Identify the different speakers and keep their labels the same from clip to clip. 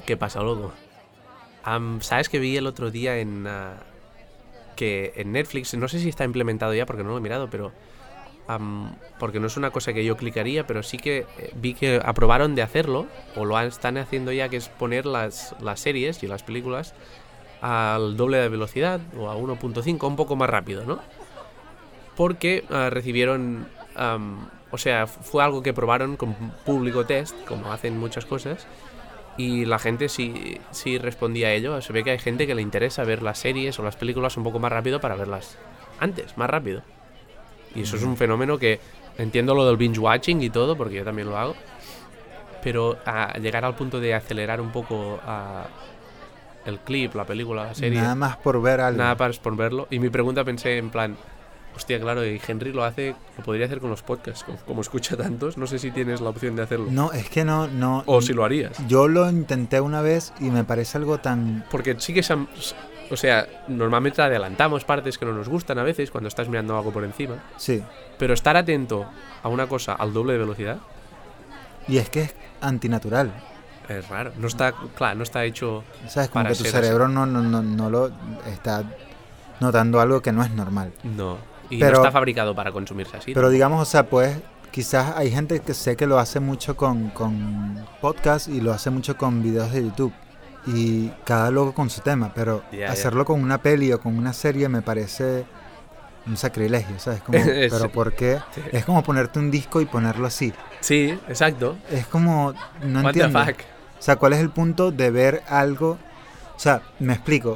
Speaker 1: ¿Qué pasa, loco? ¿Sabes que vi el otro día que en Netflix, no sé si está implementado ya porque no lo he mirado, pero porque no es una cosa que yo clicaría, pero sí que vi que aprobaron de hacerlo, o están haciendo ya, que es poner las series y las películas al doble de velocidad o a 1.5, un poco más rápido, ¿no? Porque recibieron, o sea, fue algo que probaron con público test, como hacen muchas cosas, y la gente sí respondía a ello. Se ve que hay gente que le interesa ver las series o las películas un poco más rápido para verlas antes, más rápido. Y eso es un fenómeno que entiendo lo del binge watching y todo, porque yo también lo hago, pero a llegar al punto de acelerar un poco el clip, la película, la serie,
Speaker 2: nada más por ver algo.
Speaker 1: nada más por verlo. Y mi pregunta pensé en plan, hostia, claro, y Henry lo podría hacer con los podcasts, como escucha tantos, no sé si tienes la opción de hacerlo.
Speaker 2: No, es que no.
Speaker 1: O si lo harías.
Speaker 2: Yo lo intenté una vez y me parece algo tan...
Speaker 1: Porque sí que o sea, normalmente adelantamos partes que no nos gustan a veces cuando estás mirando algo por encima.
Speaker 2: Sí.
Speaker 1: Pero estar atento a una cosa al doble de velocidad...
Speaker 2: Y es que es antinatural.
Speaker 1: Es raro. No está, claro, no está hecho...
Speaker 2: ¿Sabes? Como
Speaker 1: para
Speaker 2: que tu
Speaker 1: ser
Speaker 2: cerebro no lo está notando algo que no es normal.
Speaker 1: No. Y
Speaker 2: pero,
Speaker 1: no está fabricado para consumirse así.
Speaker 2: Pero digamos, o sea, pues quizás hay gente que sé que lo hace mucho con podcast y lo hace mucho con videos de YouTube. Y cada loco con su tema, pero hacerlo con una peli o con una serie me parece un sacrilegio, ¿sabes? Como, pero ¿por qué? Sí. Es como ponerte un disco y ponerlo así.
Speaker 1: Sí, exacto.
Speaker 2: Es como, no
Speaker 1: What
Speaker 2: entiendo.
Speaker 1: The fuck?
Speaker 2: O sea, ¿cuál es el punto de ver algo? O sea, me explico.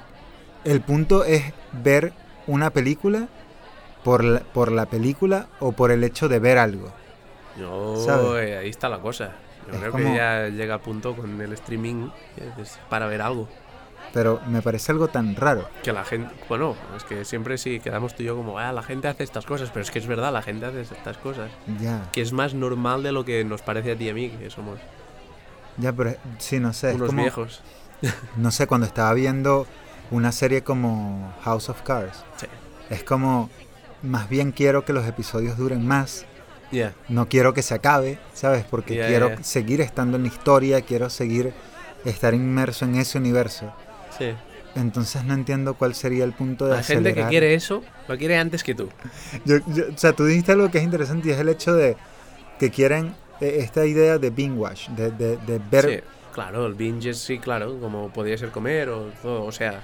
Speaker 2: El punto es ver una película por la película o por el hecho de ver algo.
Speaker 1: No,
Speaker 2: ¿sabes?
Speaker 1: Ahí está la cosa. Yo creo
Speaker 2: como...
Speaker 1: que ya llega a punto con el streaming para ver algo.
Speaker 2: Pero me parece algo tan raro.
Speaker 1: Que la gente... Bueno, es que siempre sí quedamos tú y yo como... la gente hace estas cosas. Pero es que es verdad, la gente hace estas cosas.
Speaker 2: Ya.
Speaker 1: Que es más normal de lo que nos parece a ti y a mí, que somos...
Speaker 2: Ya, pero sí, no sé.
Speaker 1: Unos
Speaker 2: es como,
Speaker 1: viejos.
Speaker 2: No sé, cuando estaba viendo una serie como House of Cards.
Speaker 1: Sí.
Speaker 2: Es como... Más bien quiero que los episodios duren más.
Speaker 1: Yeah.
Speaker 2: No quiero que se acabe, ¿sabes? Porque quiero seguir estando en la historia, quiero seguir estar inmerso en ese universo.
Speaker 1: Sí.
Speaker 2: Entonces no entiendo cuál sería el punto de acelerar.
Speaker 1: La gente que quiere eso, lo quiere antes que tú.
Speaker 2: O sea, tú dijiste algo que es interesante y es el hecho de que quieren esta idea de binge watch, de ver...
Speaker 1: Sí, claro, el binge es, sí, claro, como podría ser comer o sea,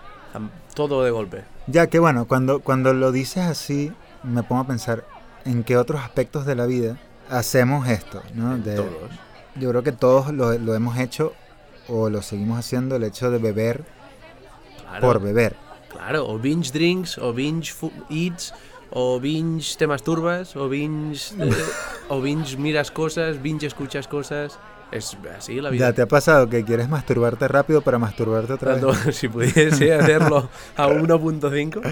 Speaker 1: todo de golpe.
Speaker 2: Ya que bueno, cuando lo dices así, me pongo a pensar en qué otros aspectos de la vida hacemos esto, ¿no?
Speaker 1: Todos.
Speaker 2: Yo creo que todos lo hemos hecho o lo seguimos haciendo, el hecho de beber por beber.
Speaker 1: Claro, o binge drinks, o binge eats, o binge te masturbas, o binge miras cosas, binge escuchas cosas. Es así la vida.
Speaker 2: ¿Ya te ha pasado que quieres masturbarte rápido para masturbarte otra vez?
Speaker 1: Si pudiese hacerlo a 1.5,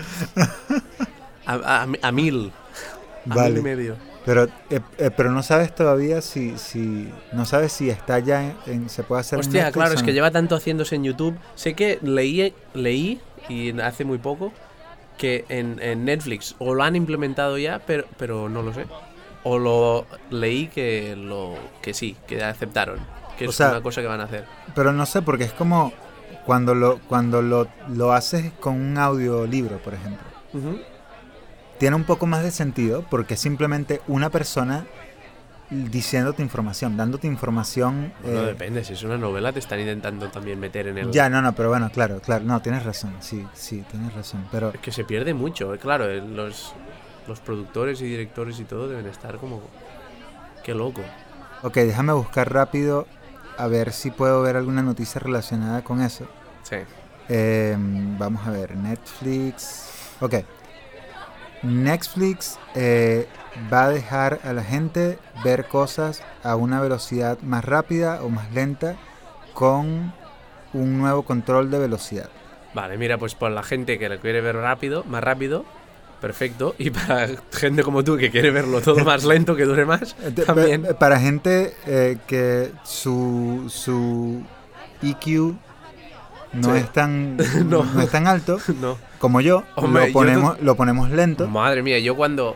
Speaker 1: a 1000.
Speaker 2: Vale.
Speaker 1: 1000 y medio.
Speaker 2: Pero no sabes todavía si no sabes si está ya se puede hacer.
Speaker 1: Hostia,
Speaker 2: en Netflix,
Speaker 1: claro,
Speaker 2: o
Speaker 1: es
Speaker 2: no.
Speaker 1: que lleva tanto haciéndose en YouTube. Sé que leí y hace muy poco que en Netflix o lo han implementado ya, pero no lo sé. O lo leí que sí, que aceptaron, que es una cosa que van a hacer.
Speaker 2: Pero no sé, porque es como cuando lo haces con un audiolibro, por ejemplo.
Speaker 1: Uh-huh.
Speaker 2: Tiene un poco más de sentido porque es simplemente una persona diciéndote información, dándote información.
Speaker 1: Bueno, depende, si es una novela te están intentando también meter en el...
Speaker 2: Ya, no, pero bueno, claro, no, tienes razón, sí, tienes razón, pero...
Speaker 1: Es que se pierde mucho, claro, los productores y directores y todo deben estar como... ¡Qué loco!
Speaker 2: Ok, déjame buscar rápido a ver si puedo ver alguna noticia relacionada con eso.
Speaker 1: Sí.
Speaker 2: Vamos a ver, Netflix... Ok. Netflix va a dejar a la gente ver cosas a una velocidad más rápida o más lenta con un nuevo control de velocidad.
Speaker 1: Vale, mira, pues para la gente que lo quiere ver más rápido, perfecto. Y para gente como tú que quiere verlo todo más lento, que dure más, también.
Speaker 2: Para gente que su EQ no es tan no es tan alto.
Speaker 1: No.
Speaker 2: Como yo.
Speaker 1: Hombre,
Speaker 2: lo ponemos lento.
Speaker 1: Madre mía, yo cuando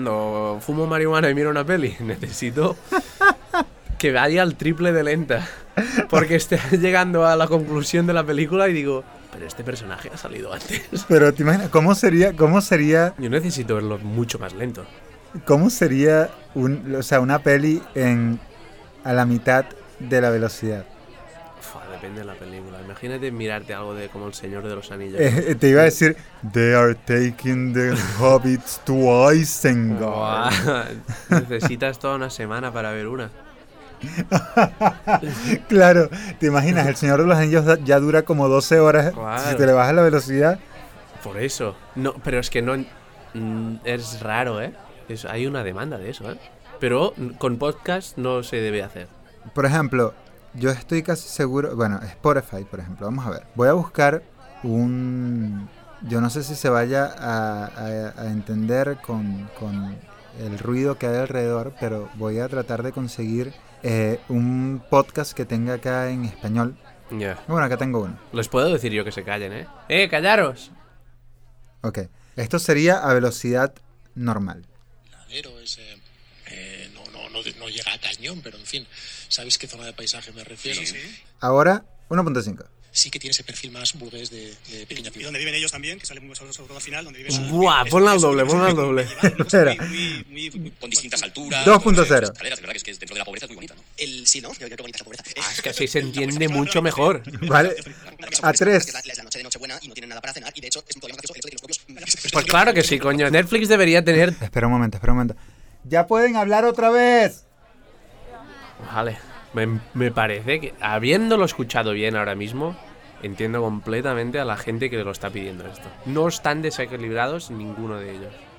Speaker 1: fumo marihuana y miro una peli, necesito que vaya al triple de lenta. porque estás llegando a la conclusión de la película y digo, pero este personaje ha salido antes.
Speaker 2: Pero te imaginas, ¿cómo sería?
Speaker 1: Yo necesito verlo mucho más lento.
Speaker 2: ¿Cómo sería una peli a la mitad de la velocidad?
Speaker 1: Depende de la película. Imagínate mirarte algo de como El Señor de los Anillos.
Speaker 2: Te iba a decir, they are taking the hobbits to Isengard.
Speaker 1: Necesitas toda una semana para ver una.
Speaker 2: Claro, te imaginas, El Señor de los Anillos ya dura como 12 horas. Claro. Si te le bajas la velocidad.
Speaker 1: Por eso. No, pero es que no... es raro, ¿eh? Hay una demanda de eso, ¿eh? Pero con podcast no se debe hacer.
Speaker 2: Por ejemplo, yo estoy casi seguro... Bueno, Spotify, por ejemplo. Vamos a ver. Voy a buscar yo no sé si se vaya a entender con el ruido que hay alrededor, pero voy a tratar de conseguir un podcast que tenga acá en español.
Speaker 1: Ya. Yeah.
Speaker 2: Bueno, acá tengo uno.
Speaker 1: Les puedo decir yo que se callen, ¿eh? ¡Callaros!
Speaker 2: Ok. Esto sería a velocidad normal.
Speaker 3: No llega a cañón, pero en fin, ¿sabes qué zona de paisaje me refiero?
Speaker 2: Sí. Ahora, 1.5.
Speaker 3: Sí que tiene ese perfil más burgués de pequeña ciudad.
Speaker 4: Y donde viven ellos también, que sale muy sobre todo al final, donde viven...
Speaker 1: ¡Buah! Ponla al doble.
Speaker 2: Espera.
Speaker 3: Con distintas alturas.
Speaker 2: 2.0.
Speaker 3: Escaleras, de verdad que es dentro de la pobreza es muy bonita, ¿no? Sí, ¿no? Qué bonita es la pobreza.
Speaker 1: Es que así se entiende mucho mejor.
Speaker 2: Vale. A 3.
Speaker 3: Es la noche de Nochebuena y no tienen nada para cenar, y de hecho es todavía más gracioso el hecho de que los propios...
Speaker 1: Pues claro que sí, coño. Netflix debería tener...
Speaker 2: Espera un momento. ¡Ya pueden hablar otra vez!
Speaker 1: Vale. Me parece que, habiéndolo escuchado bien ahora mismo, entiendo completamente a la gente que lo está pidiendo esto. No están desequilibrados ninguno de ellos.